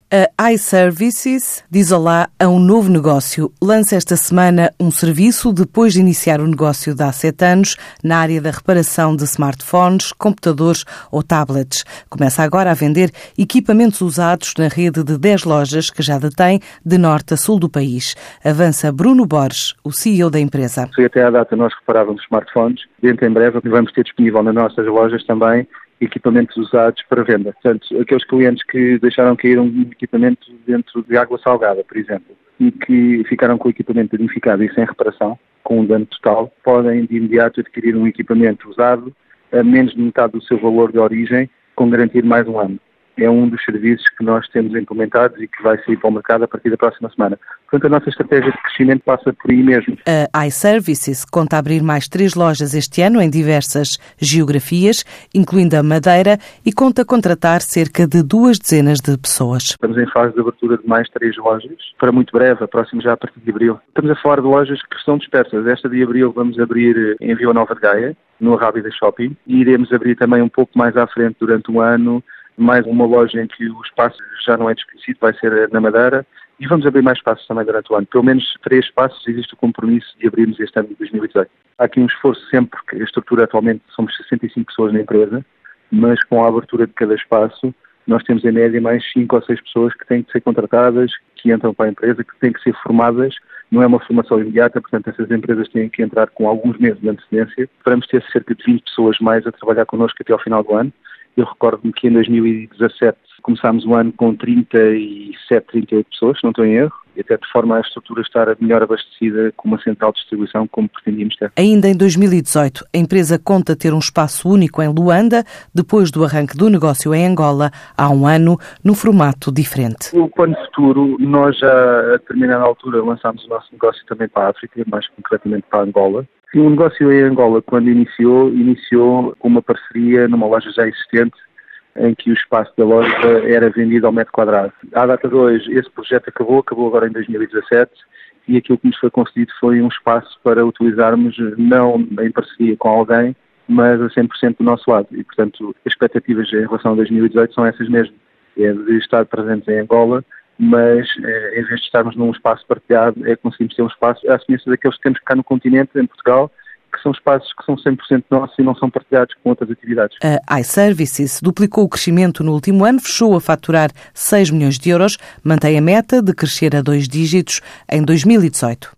A iServices diz olá a um novo negócio. Lança esta semana um serviço depois de iniciar o negócio de há 7 anos na área da reparação de smartphones, computadores ou tablets. Começa agora a vender equipamentos usados na rede de 10 lojas que já detém de norte a sul do país. Avança Bruno Borges, o CEO da empresa. Até à data nós reparávamos smartphones. Dentro em breve vamos ter disponível nas nossas lojas também equipamentos usados para venda. Portanto, aqueles clientes que deixaram cair um equipamento dentro de água salgada, por exemplo, e que ficaram com o equipamento danificado e sem reparação, com um dano total, podem de imediato adquirir um equipamento usado a menos de metade do seu valor de origem, com garantia de mais um ano. É um dos serviços que nós temos implementados e que vai sair para o mercado a partir da próxima semana. Portanto, a nossa estratégia de crescimento passa por aí mesmo. A iServices conta abrir mais 3 lojas este ano em diversas geografias, incluindo a Madeira, e conta contratar cerca de 2 dezenas de pessoas. Estamos em fase de abertura de mais 3 lojas, para muito breve, a próxima já a partir de abril. Estamos a falar de lojas que estão dispersas. Esta de abril vamos abrir em Vila Nova de Gaia, no Rábida Shopping, e iremos abrir também um pouco mais à frente durante um ano, mais uma loja em que o espaço já não é desconhecido, vai ser na Madeira, e vamos abrir mais espaços também durante o ano. Pelo menos 3 espaços, existe o compromisso de abrirmos este ano de 2018. Há aqui um esforço sempre, porque a estrutura atualmente somos 65 pessoas na empresa, mas com a abertura de cada espaço, nós temos em média mais 5 ou 6 pessoas que têm que ser contratadas, que entram para a empresa, que têm que ser formadas. Não é uma formação imediata, portanto essas empresas têm que entrar com alguns meses de antecedência. Esperamos ter cerca de 20 pessoas mais a trabalhar connosco até ao final do ano. Eu recordo-me que em 2017 começámos o ano com 37, 38 pessoas, se não estou em erro, e até de forma a estrutura estar melhor abastecida com uma central de distribuição como pretendíamos ter. Ainda em 2018, a empresa conta ter um espaço único em Luanda, depois do arranque do negócio em Angola, há um ano, num formato diferente. No plano futuro, nós já a determinada altura lançámos o nosso negócio também para a África, mais concretamente para Angola. E o negócio em Angola, quando iniciou com uma parceria numa loja já existente, em que o espaço da loja era vendido ao metro quadrado. À data de hoje, esse projeto acabou agora em 2017, e aquilo que nos foi concedido foi um espaço para utilizarmos, não em parceria com alguém, mas a 100% do nosso lado. E, portanto, as expectativas em relação a 2018 são essas mesmo. É de estar presentes em Angola, mas em vez de estarmos num espaço partilhado, conseguimos ter um espaço à semelhança daqueles que temos cá no continente, em Portugal, que são espaços que são 100% nossos e não são partilhados com outras atividades. A iServices duplicou o crescimento no último ano, fechou a faturar 6 milhões de euros, mantém a meta de crescer a 2 dígitos em 2018.